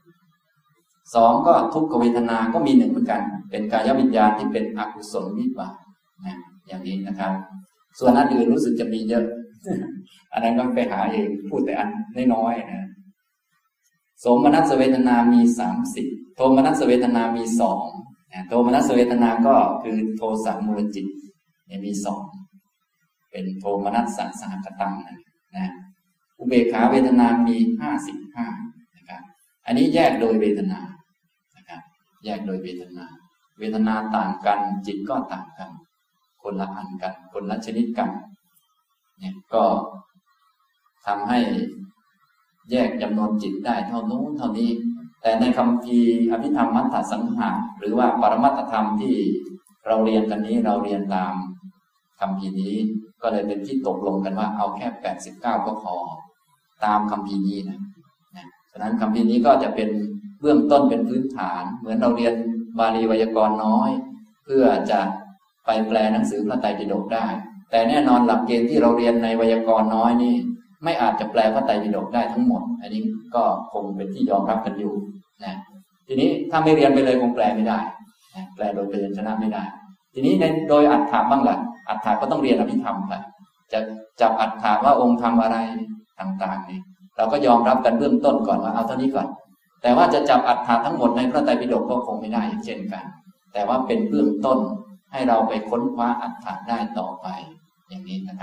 2ก็ทุกขเวทนาก็มี1เหมือนกันเป็นกายวิญญาณที่เป็นอกุศลวิบากนะอย่างนี้นะครับส่วนอันอื่นรู้สึกจะมีเยอะ อันนั้นก็ไปหาเองพูดแต่อันน้อยๆนะโสมนัสเวทนามี30โทมนัสเวทนามี2โทมนัสเวทนาก็คือโทสะมูลจิตมี2เป็นโทมนัสสะสหคตังนะอุเบกขาเวทนามี55นะครับอันนี้แยกโดยเวทนานะครับแยกโดยเวทนาเวทนาต่างกันจิตก็ต่างกันคนละอันกันคนละชนิดกันเนี่ยก็ทำให้แยกจำนวนจิตได้เท่านู้นเท่านี้แต่ในคัมภีร์อภิธรรมมัทธสังหะหรือว่าปรมัตถธรรมที่เราเรียนกันนี้เราเรียนตามคัมภีร์นี้ก็เลยเป็นที่ตกลงกันว่าเอาแค่89ก็พอตามคัมภีร์นี้นะฉะนั้นคัมภีร์นี้ก็จะเป็นเบื้องต้นเป็นพื้นฐานเหมือนเราเรียนบาลีไวยากรณ์น้อยเพื่อจะไปแปลหนังสือพระไตรปิฎกได้แต่แน่นอนหลักเกณฑ์ที่เราเรียนในไวยากรณ์น้อยนี่ไม่อาจจะแปลพระไตรปิฎกได้ทั้งหมดอันนี้ก็คงเป็นที่ยอมรับกันอยู่นะทีนี้ถ้าไม่เรียนไปเลยคงแปลไม่ได้นะแปลโดยพยัญชนะไม่ได้ทีนี้ในโดยอัฏฐะบ้างล่ะอัฏฐะก็ต้องเรียนอภิธรรมไปจะจับอัฏฐะว่าองค์ทำอะไรต่างๆนี่เราก็ยอมรับกันเบื้องต้นก่อนว่าเอาเท่านี้ก่อนแต่ว่าจะจับอัฏฐะทั้งหมดในพระไตรปิฎกก็คงไม่ได้เช่นกันแต่ว่าเป็นเบื้องต้นให้เราไปค้นคว้าอัฏฐะได้ต่อไปอย่างนี้นะครับ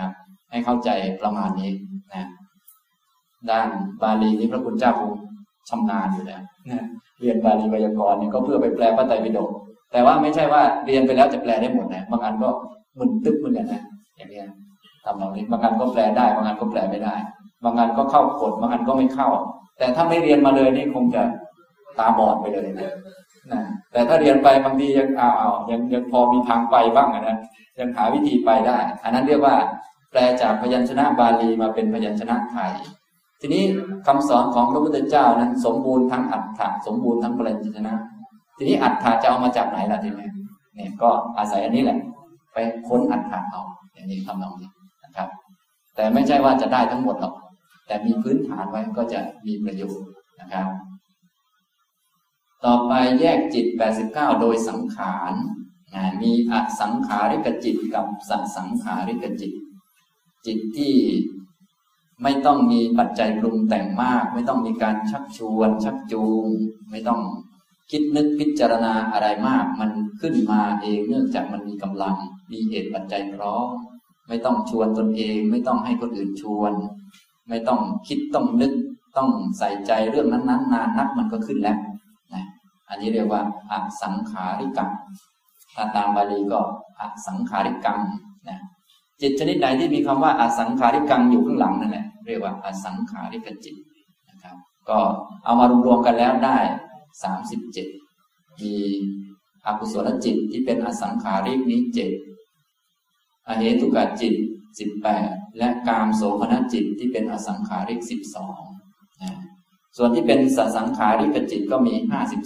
ให้เข้าใจประมาณนี้นะด้านบาลีนี้พระคุณเจ้าคงชำนาญอยู่แล้วนะเรียนบาลีไวยากรณ์เนี่ยก็เพื่อไปแปลพระไตรปิฎกแต่ว่าไม่ใช่ว่าเรียนไปแล้วจะแปลได้หมดนะบางอันก็มึนตึ๊บเหมือนกันนะอย่างนี้ทำเรานี้บางอันก็แปลได้บางอันก็แปลไม่ได้บางอันก็เข้ากฎบางอันก็ไม่เข้าแต่ถ้าไม่เรียนมาเลยนี่คงจะตาบอดไปเลยนะแต่ถ้าเรียนไปบางทียังพอมีทางไปบ้างนะยังหาวิธีไปได้อันนั้นเรียกว่าแปลจากพยัญชนะบาลีมาเป็นพยัญชนะไทยทีนี้คำสอนของพระพุทธเจ้านั้นสมบูรณ์ทั้งอัฏฐะสมบูรณ์ทั้งพยัญชนะทีนี้อัฏฐะจะเอามาจากไหนล่ะทีนี้เนี่ยก็อาศัยอันนี้แหละไปค้นอัฏฐะเอาอย่างนี้ทำนองนี้นะครับแต่ไม่ใช่ว่าจะได้ทั้งหมดหรอกแต่มีพื้นฐานไว้ก็จะมีประโยชน์นะครับต่อไปแยกจิต89โดยสังขารมีอสังขาริกจิตกับสสังขาริกจิตจิตที่ไม่ต้องมีปัจจัยปรุงแต่งมากไม่ต้องมีการชักชวนชักจูงไม่ต้องคิดนึกพิจารณาอะไรมากมันขึ้นมาเองเนื่องจากมันมีกำลังมีเหตุปัจจัยพร้อมไม่ต้องชวนตนเองไม่ต้องให้คนอื่นชวนไม่ต้องคิดต้องนึกต้องใส่ใจเรื่องนั้นๆนานนักมันก็ขึ้นแล้วนะอันนี้เรียกว่าอสังขาริกังถ้าตามบาลีก็อสังขาริกังนะจิตชนิดไหนที่มีคำว่าอสังขาริกังอยู่ข้างหลังนั่นแหละเรียกว่าอสังขาริกจิตนะครับก็เอามารวมๆกันแล้วได้37มีอกุศลจิตที่เป็นอสังขาริกนี้7อเหตุกจิต18และกามโสภณจิตที่เป็นอสังขาริก12นะส่วนที่เป็นสสังขาริกจิตก็มี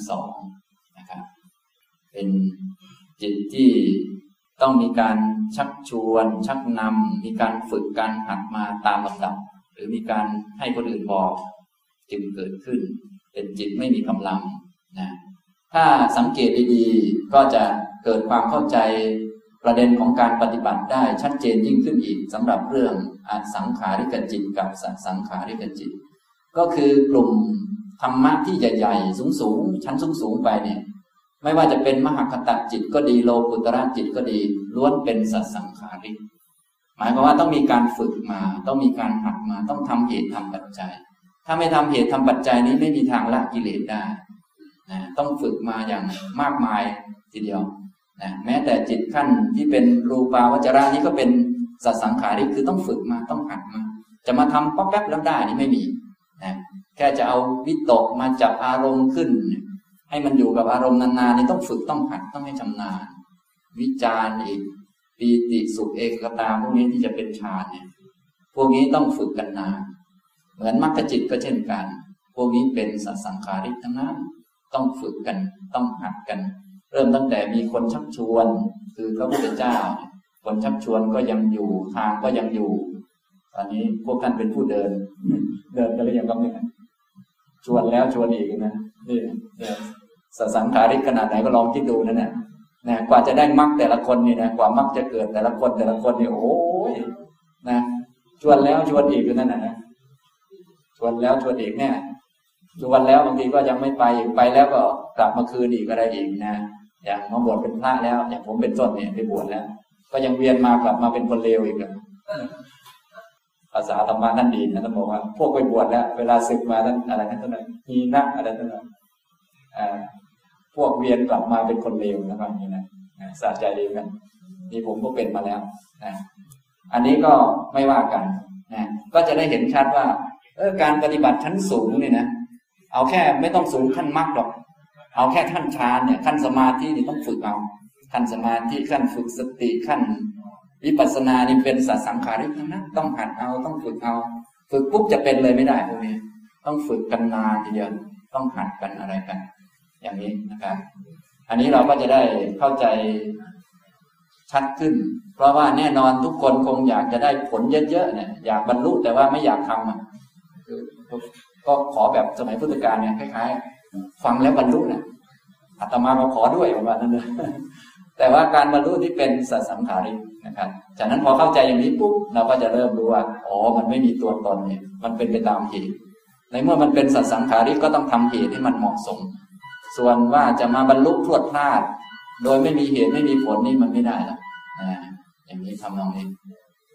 52นะครับเป็นจิตที่ต้องมีการชักชวนชักนำมีการฝึกการหัดมาตามลำดับหรือมีการให้คนอื่นบอกจึงเกิดขึ้นเป็นจิตไม่มีกำลังนะถ้าสังเกตดีๆก็จะเกิดความเข้าใจประเด็นของการปฏิบัติได้ชัดเจนยิ่งขึ้นอีกสำหรับเรื่องอสังขาริกจิตกับสสังขาริกจิตก็คือกลุ่มธรรมะที่ใหญ่ๆสูงๆชั้นสูงๆไปเนี่ยไม่ว่าจะเป็นมหคตจิตก็ดีโลกุตระจิตก็ดีล้วนเป็นสสังขาริกหมายความว่าต้องมีการฝึกมาต้องมีการหัดมาต้องทำเหตุทำปัจจัยถ้าไม่ทำเหตุทำปัจจัยนี้ไม่มีทางละกิเลสได้นะต้องฝึกมาอย่างมากมายทีเดียวนะแม้แต่จิตขั้นที่เป็นรูปาวจระนี้ก็เป็นสสังขาริกคือต้องฝึกมาต้องหัดมาจะมาทำป๊อปแป๊บแล้วได้นี่ไม่มีนะแค่จะเอาวิตกมาจับอารมณ์ขึ้นให้มันอยู่กับอารมณ์นานๆนี่ต้องฝึกต้องหัดต้องให้ชำนาญวิจารณ์อีกปีติสุขเอกตาพวกนี้ที่จะเป็นฌานเนี่ยพวกนี้ต้องฝึกกันนานเหมือนมรรคจิตก็เช่นกันพวกนี้เป็นสสังขาริกทั้งนั้นต้องฝึกกันต้องหัดกันเริ่มตั้งแต่มีคนชักชวนคือพระพุทธเจ้าคนชักชวนก็ยังอยู่ทางก็ยังอยู่ตอนนี้พวกท่านเป็นผู้เดินกันหรือยังครับเนี่ยชวนแล้วชวนอีกนะนี่สสังขาริกขนาดไหนก็ลองคิดดูนั่นแหละนะกว่าจะได้มรรคแต่ละคนนี่นะกว่ามรรคจะเกิดแต่ละคนนี่โอ้ยนะชวนแล้วชวนอีกนั่นนะชวนแล้วชวนอีกเนี่ยชวนแล้วบางทีก็ยังไม่ไปแล้วก็กลับมาคืนอีกอะไรอีกนะอย่างมาบวชเป็นพระแล้วอย่างผมเป็นต้นเนี่ยไปบวชแล้วก็ยังเวียนมากลับมาเป็นคนเลวอีกภาษาธรรมะท่านดีนะท่านบอกว่าพวกไปบวชแล้วเวลาศึกมาท่านอะไรนั่นท่านมีนักอะไรท่านพวกเวียนกลับมาเป็นคนเลวนะครับอย่างนี้นะสะใจดีกันนี่ผมก็เป็นมาแล้วนะอันนี้ก็ไม่ว่ากันนะก็จะได้เห็นชัดว่าการปฏิบัติชั้นสูงนี่นะเอาแค่ไม่ต้องสูงขั้นมรรคหรอกเอาแค่ขั้นฌานเนี่ยขั้นสมาธินี่ต้องฝึกเอาขั้นสมาธิขั้นฝึกสติขั้นวิปัสสนานี่เป็นสังขาริกทั้งนั้นต้องหัดเอาต้องฝึกเอาฝึกปุ๊บจะเป็นเลยไม่ได้พวกนี้ต้องฝึกกันนานทีเดียวต้องหัดกันอะไรกันอย่างนี้นะครับอันนี้เราก็จะได้เข้าใจชัดขึ้นเพราะว่าแน่นอนทุกคนคงอยากจะได้ผลเยอะๆเนี่ยอยากบรรลุแต่ว่าไม่อยากทำก็ขอแบบสมัยพุทธกาลเนี่ยคล้ายๆฟังแล้วบรรลุเนี่ยอาตมาก็ขอด้วยประมาณนั้นเลยแต่ว่าการบรรลุที่เป็นสังขาริกนะครับจากนั้นพอเข้าใจอย่างนี้ปุ๊บเราก็จะเริ่มรู้ว่าอ๋อมันไม่มีตัวตนเนี่ยมันเป็นไปตามเหตุในเมื่อมันเป็นสังขาริกก็ต้องทำเหตุให้มันเหมาะสมส่วนว่าจะมาบรรลุพรวดพลาดโดยไม่มีเหตุไม่มีผลนี่มันไม่ได้แล้วอย่างนี้ทำนองนี้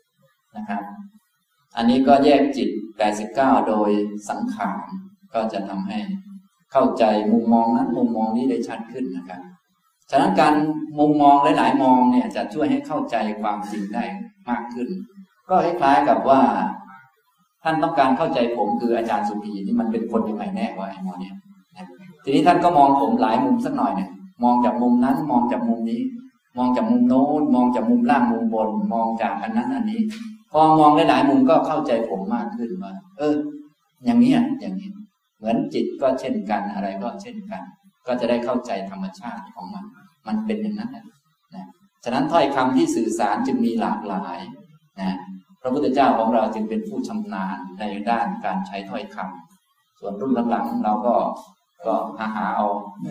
นะครับอันนี้ก็แยกจิต89โดยสังขารก็จะทำให้เข้าใจมุมมองนั้นมุมมองนี้ได้ชัดขึ้นนะครับฉะนั้นการมุมมองหลายๆมองเนี่ยจะช่วยให้เข้าใจความจริงได้มากขึ้นก็คล้ายๆกับว่าท่านต้องการเข้าใจผมคืออาจารย์สุภีที่มันเป็นคนยังไงแน่ว่าไอ้หมอเนี่ยทีนี้ท่านก็มองผมหลายมุมสักหน่อยเนี่ยมองจากมุมนั้นมองจากมุมนี้มองจากมุมโน้นมองจากมุมล่างมุมบนมองจากอันนั้นอันนี้พอมองหลายๆมุมก็เข้าใจผมมากขึ้นว่าอย่างนี้อย่างนี้เหมือนจิตก็เช่นกันอะไรก็เช่นกันก็จะได้เข้าใจธรรมชาติของมันเป็นอย่างนั้นนะฉะนั้นถ้อยคำที่สื่อสารจึงมีหลากหลายนะพระพุทธเจ้าของเราจึงเป็นผู้ชำนาญในด้านการใช้ถ้อยคำส่วนรุ่นหลังๆเราก็หาเอา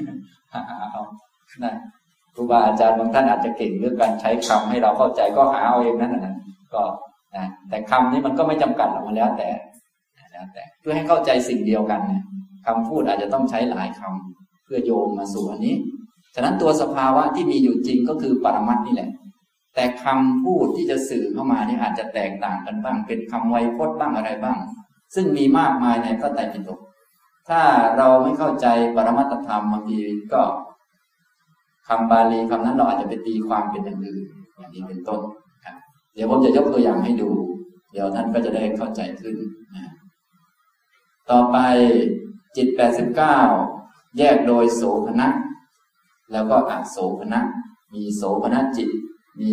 นะครูบาอาจารย์บางท่านอาจจะเก่งเรื่องการใช้คำให้เราเข้าใจก็หาเอาเองนั่นแหละก็นะแต่คำนี้มันก็ไม่จำกัดหรอกมันแล้วแต่เพื่อให้เข้าใจสิ่งเดียวกันเนี่ยคำพูดอาจจะต้องใช้หลายคำเพื่อโยงมาสู่อันนี้ฉะนั้นตัวสภาวะที่มีอยู่จริงก็คือปรมัตถ์นี่แหละแต่คำพูดที่จะสื่อเข้ามานี่อาจจะแตกต่างกันบ้างเป็นคำไวยพจน์บ้างอะไรบ้างซึ่งมีมากมายในพระไตรปิฎกถ้าเราไม่เข้าใจปรมัตถธรรมบางทีก็คำบาลีคำนั้นเราอาจจะไปตีความเป็นอย่างอื่นอย่างนี้เป็นต้นครับเดี๋ยวผมจะยกตัวอย่างให้ดูเดี๋ยวท่านก็จะได้เข้าใจขึ้นนะต่อไปจิต89แยกโดยโสภณะแล้วก็อโสภณะมีโสภณจิตมี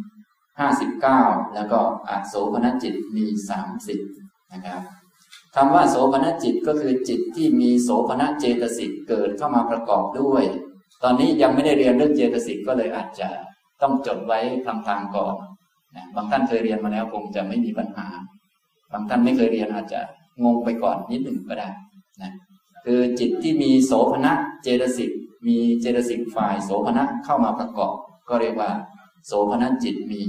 59แล้วก็อโสภณจิตมี30นะครับคำว่าโสภณจิตก็คือจิตที่มีโสภณเจตสิกเกิดเข้ามาประกอบด้วยตอนนี้ยังไม่ได้เรียนเรื่องเจตสิกก็เลยอาจจะต้องจดไว้พลางๆก่อนนะบางท่านเคยเรียนมาแล้วคงจะไม่มีปัญหาบางท่านไม่เคยเรียนอาจจะงงไปก่อนนิดหนึ่งก็ได้นะคือจิตที่มีโสภณเจตสิกมีเจตสิกฝ่ายโสภณเข้ามาประกอบก็เรียกว่าโสภณจิตมี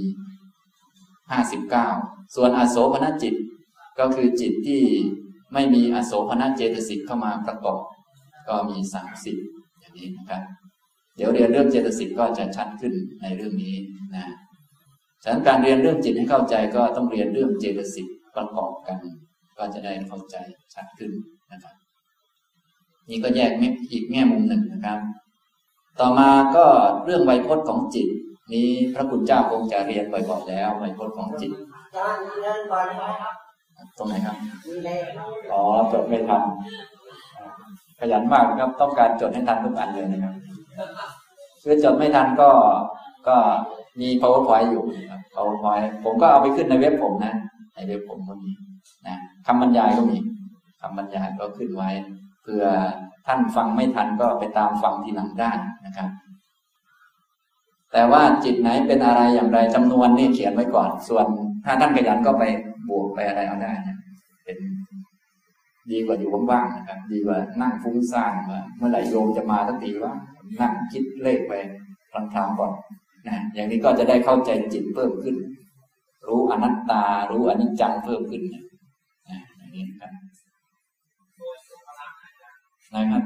59ส่วนอโสภณจิตก็คือจิตที่ไม่มีอโสภณเจตสิกเข้ามาประกอบก็มี30อย่างนี้นะครับเดี๋ยวเรียนเรื่องเจตสิกก็จะชัดขึ้นในเรื่องนี้นะฉะนั้นการเรียนเรื่องจิตให้เข้าใจก็ต้องเรียนเรื่องเจตสิกประกอบกันก็จะได้เข้าใจชัดขึ้นนะครับนี่ก็แยกอีกแง่มุมหนึ่งนะครับต่อมาก็เรื่องไวยพจน์ของจิตนี้พระคุณเจ้าคงจะเรียนบ่อยๆแล้วไวยพจน์ของจิตตรงไหนครับอ๋อจดไม่ทันขยันมากครับต้องการจดให้ทันทุกอันเลยนะครับคือจดไม่ทันก็มี PowerPoint อยู่ครับ PowerPoint ผมก็เอาไปขึ้นในเว็บผมนะในเว็บผมก็มีนะคำบรรยายก็มีคำบรรยายก็ขึ้นไว้เพื่อท่านฟังไม่ทันก็ไปตามฟังทีหลังได้นะครับแต่ว่าจิตไหนเป็นอะไรอย่างไรจำนวนนี่เขียนไว้ก่อนส่วนถ้าท่านขยันก็ไปบวกไปอะไรเอาได้นะเป็นดีกว่าอยู่ว่างๆนะครับดีกว่านั่งฟุ้งซ่านว่าเมื่อไหร่โยมจะมาสักทีว่านั่งคิดเลขไปพลางๆก่อนนะอย่างนี้ก็จะได้เข้าใจจิตเพิ่มขึ้นรู้อนัตตารู้อนิจจังเพิ่มขึ้นนะอย่างนี้ครับนะครับ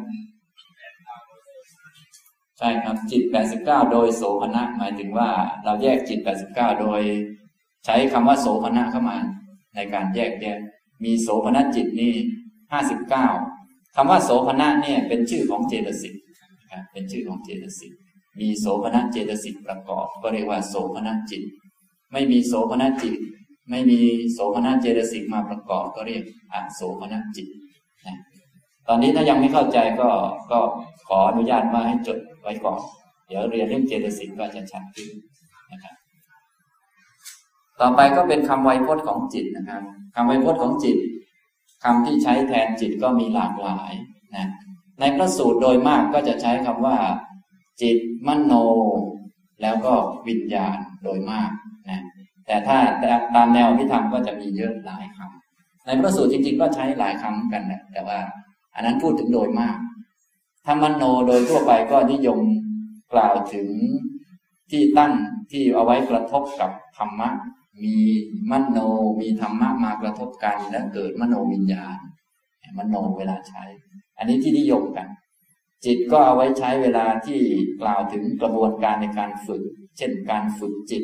ใช่ครับจิต89โดยโสภณะหมายถึงว่าเราแยกจิต89โดยใช้คำว่าโสภณะเข้ามาในการแยกมีโสภณจิตนี่59คำว่าโสภณะเนี่ยเป็นชื่อของเจตสิกนะครับเป็นชื่อของเจตสิกมีโสภณเจตสิกประกอบก็เรียกว่าโสภณจิตไม่มีโสภณจิตไม่มีโสภณเจตสิกมาประกอบก็เรียกอโสภณจิตนะตอนนี้ถ้ายังไม่เข้าใจก็ขออนุญาตว่าให้จดไว้ก่อนเดี๋ยวเรียนเรื่องเจตสิกก็จะชัดขึ้นนะครับต่อไปก็เป็นคำไวยพจน์ของจิตนะครับคำไวยพจน์ของจิตคำที่ใช้แทนจิตก็มีหลากหลายนะในพระสูตรโดยมากก็จะใช้คำว่าจิตมโนแล้วก็วิญญาณโดยมากนะแต่ถ้าตามแนวพิธรรมก็จะมีเยอะหลายคำในพระสูตรจริงๆก็ใช้หลายคำกันนะแต่ว่าอันนั้นพูดถึงโดยมากถ้ามโนโดยทั่วไปก็นิยมกล่าวถึงที่ตั้งที่เอาไว้กระทบกับธรรมะมีมโนมีธรรมะมากระทบกันและเกิดมโนวิญญาณมโนเวลาใช้อันนี้ที่นิยมกันจิตก็เอาไว้ใช้เวลาที่กล่าวถึงกระบวนการในการฝึกเช่นการฝึกจิต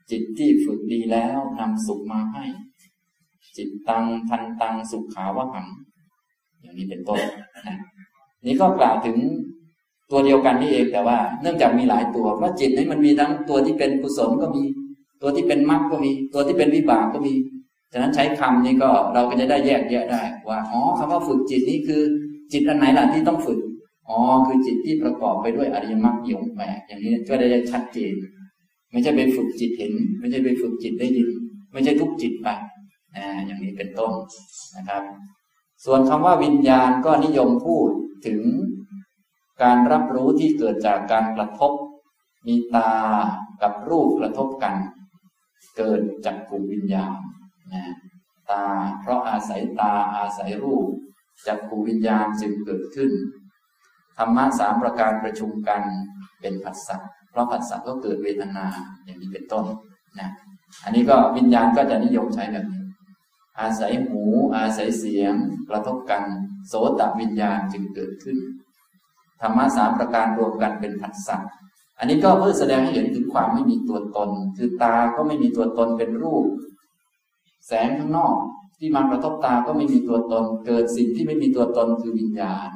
จิตที่ฝึกดีแล้วนำสุขมาให้จิตตังทันตังสุขาวหังอย่างนี้เป็นต้นนะนี่ก็กล่าวถึงตัวเดียวกันนี่เองแต่ว่าเนื่องจากมีหลายตัวเพราะจิตนี้มันมีทั้งตัวที่เป็นกุศลก็มีตัวที่เป็นมรรคก็มีตัวที่เป็นวิบากก็มีฉะนั้นใช้คำนี้ก็เราก็จะได้แยกแยะได้ว่าอ๋อคำว่าฝึกจิตนี้คือจิตอันไหนล่ะที่ต้องฝึกอ๋อคือจิตที่ประกอบไปด้วยอริยมรรคมีองค์8อย่างนี้ก็ได้ชัดเจนไม่ใช่ไปฝึกจิตเห็นไม่ใช่ไปฝึกจิตได้ยินไม่ใช่ทุกจิตไปอย่างนี้เป็นต้นนะครับส่วนคำว่าวิญญาณก็นิยมพูดถึงการรับรู้ที่เกิดจากการกระทบมีตากับรูปกระทบกันเกิดจักขุวิญญาณตาเพราะอาศัยตาอาศัยรูปจักขุวิญญาณจึงเกิดขึ้นธรรมะ3ประการประชุมกันเป็นผัสสะเพราะผัสสะก็เกิดเวทนาอย่างนี้เป็นต้นนะอันนี้ก็วิญญาณก็จะนิยมใช้แบบนี้อาศัยหูอาศัยเสียงกระทบกันโสตวิญญาณจึงเกิดขึ้นธรรมะ3ประการรวมกันเป็นผัสสะอันนี้ก็เพื่อแสดงให้เห็นถึงความไม่มีตัวตนคือตาก็ไม่มีตัวตนเป็นรูปแสงข้างนอกที่มากระทบตาก็ไม่มีตัวตนเกิดสิ่งที่ไม่มีตัวตนคือวิญญาณ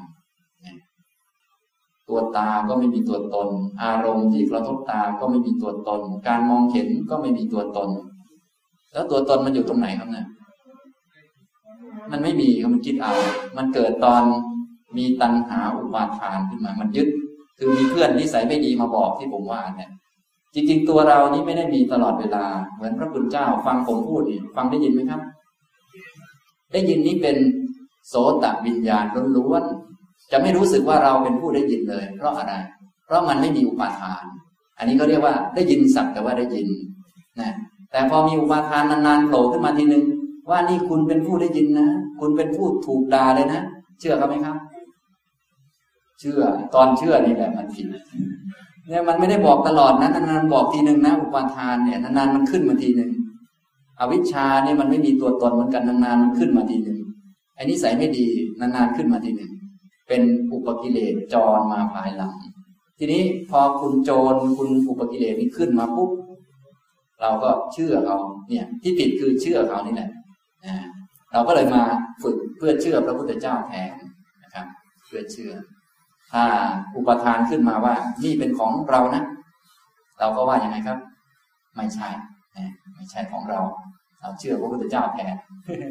ตัวตาก็ไม่มีตัวตนอารมณ์ที่กระทบตาก็ไม่มีตัวตนการมองเห็นก็ไม่มีตัวตนแล้วตัวตนมันอยู่ตรงไหนครับเนี่ยมันไม่มีครับมันคิดเอามันเกิดตอนมีตัณหาอุปาทานขึ้นมามันยึดคือมีเพื่อนนิสัยไม่ดีมาบอกที่ผมว่าเนี่ยจริงๆตัวเรานี้ไม่ได้มีตลอดเวลาเหมือนพระพุทธเจ้าฟังผมพูดนี่ฟังได้ยินไหมครับได้ยินนี้เป็นโสตวิญญาณล้วนๆจะไม่รู้สึกว่าเราเป็นผู้ได้ยินเลยเพราะอะไรเพราะมันไม่มีอุปาทานอันนี้ก็เรียกว่าได้ยินสักแต่ว่าได้ยินนะแต่พอมีอุปาทานนานๆโผล่ขึ้นมาทีนึงว่านี่คุณเป็นผู้ได้ยินนะคุณเป็นผู้ถูกด่าเลยนะเชื่อเขาไหมครับเชื่อตอนเชื่อนี่แหละมันผิดเนี่ยมันไม่ได้บอกตลอดนะนานๆบอกทีนึงนะอุปาทานเนี่ยนานๆมันขึ้นมาทีนึงอวิชชาเนี่ยมันไม่มีตัวตนเหมือนกันนานๆมันขึ้นมาทีนึงไอ้นิสัยไม่ดีนานๆขึ้นมาทีนึงเป็นอุปกิเลสจรมาภายหลังทีนี้พอคุณโจรคุณอุปกิเลสนี้ขึ้นมาปุ๊บเราก็เชื่อเขาเนี่ยที่ผิดคือเชื่อเขานี่แหละเราก็เลยมาฝึกเพื่อเชื่อพระพุทธเจ้าแทนนะครับเพื่อเชื่อถ้าอุปทานขึ้นมาว่านี่เป็นของเรานะเราก็ว่ายังไงครับไม่ใช่ไม่ใช่ของเราเราเชื่อพระพุทธเจ้าแทน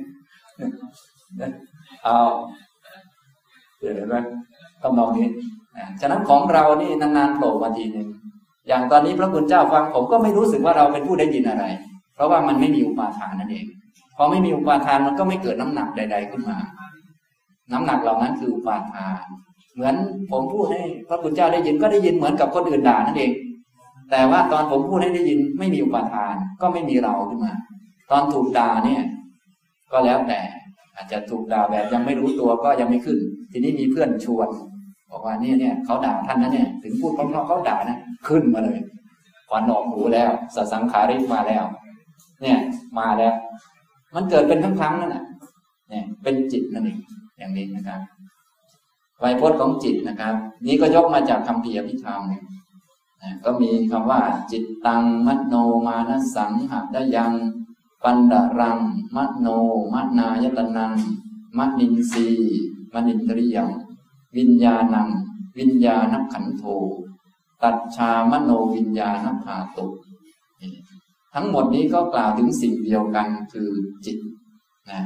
เอาเห็นไหมต้องมองนี้ฉะนั้นของเรานี่นานๆโผล่มาทีนึงอย่างตอนนี้พระพุทธเจ้าฟังผมก็ไม่รู้สึกว่าเราเป็นผู้ได้ยินอะไรเพราะว่ามันไม่มีอุปาทานนั่นเองพอไม่มีอุปาทานมันก็ไม่เกิดน้ำหนักใดๆขึ้นมาน้ำหนักเหล่านั้นคืออุปาทานเหมือนผมพูดให้พระพุทธเจ้าได้ยินก็ได้ยินเหมือนกับคนอื่นด่านั่นเองแต่ว่าตอนผมพูดให้ได้ยินไม่มีอุปาทานก็ไม่มีเราขึ้นมาตอนถูกด่าเนี่ยก็แล้วแต่อาจจะถูกด่าแบบยังไม่รู้ตัวก็ยังไม่ขึ้นทีนี้มีเพื่อนชวนบอกว่าเนี่ยเขาด่าท่านนะเนี่ยถึงพูดเพราะเขาด่านะขึ้นมาเลยควันออกหูแล้วสัสังขาริมาแล้วเนี่ยมาแล้วมันเกิดเป็นครั้งนั่นแหละเนี่ยเป็นจิตนั่นเองอย่างนี้นะครับไวยพจน์ของจิตนะครับนี้ก็ยกมาจากคำพีอภิธรรมก็มีคำว่าจิตตังมโนมานะสังหะดยังปันดารังมโนมนายตนังมนินทรีมนินทริยังวิญญาณังวิญญาณขันโธตัจฉามโนวิญญาณภาตุทั้งหมดนี้ก็กล่าวถึงสิ่งเดียวกันคือจิตนะ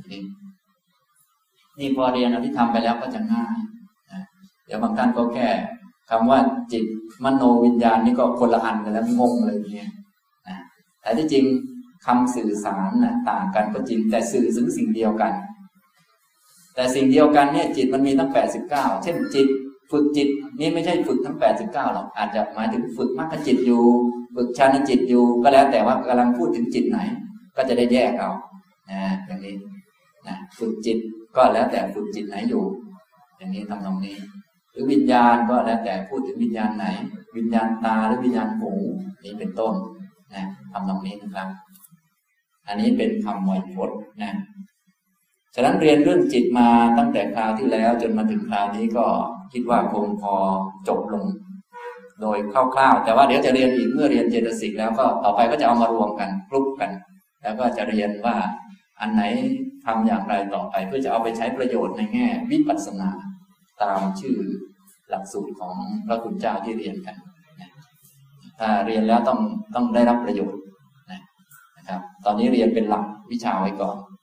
นี่พอเรียนอภิธรรมไปแล้วก็จะง่ายนะเดี๋ยวบางท่านก็แค่คำว่าจิตมโนวิญญาณนี่ก็คนละอันกันแล้วงงเลยเนี่ยนะแต่ที่จริงคำสื่อสารนะต่างกันก็จริงแต่สื่อถึงสิ่งเดียวกันแต่สิ่งเดียวกันเนี่ยจิตมันมีทั้ง89เช่นจิตฝึกจิตนี่ไม่ใช่ฝึกทั้ง89หรอกอาจจะหมายถึงฝึกมรรคจิตอยู่ฝึกฌานจิตอยู่ก็แล้วแต่ว่ากำลังพูดถึงจิตไหนก็จะได้แยกเอาอย่างนี้นะฝึกจิตก็แล้วแต่ฝึกจิตไหนอยู่อย่างนี้ทำตรงนี้หรือวิญญาณก็แล้วแต่พูดถึงวิญญาณไหนวิญญาณตาหรือวิญญาณหูนี้เป็นต้นนะทำตรงนี้นะครับอันนี้เป็นคำไวยพจน์นะฉะนั้นเรียนเรื่องจิตมาตั้งแต่คราวที่แล้วจนมาถึงคราวนี้ก็คิดว่าคงพอจบลงโดยคร่าวๆแต่ว่าเดี๋ยวจะเรียนอีกเมื่อเรียนเจตสิกแล้วก็ต่อไปก็จะเอามารวมกันกลุ่มกันแล้วก็จะเรียนว่าอันไหนทำอย่างไรต่อไปเพื่อจะเอาไปใช้ประโยชน์ในแง่วิปัสสนาตามชื่อหลักสูตรของพระคุณเจ้าที่เรียนกันถ้าเรียนแล้วต้องได้รับประโยชน์นะครับตอนนี้เรียนเป็นหลักวิชาไว้ก่อน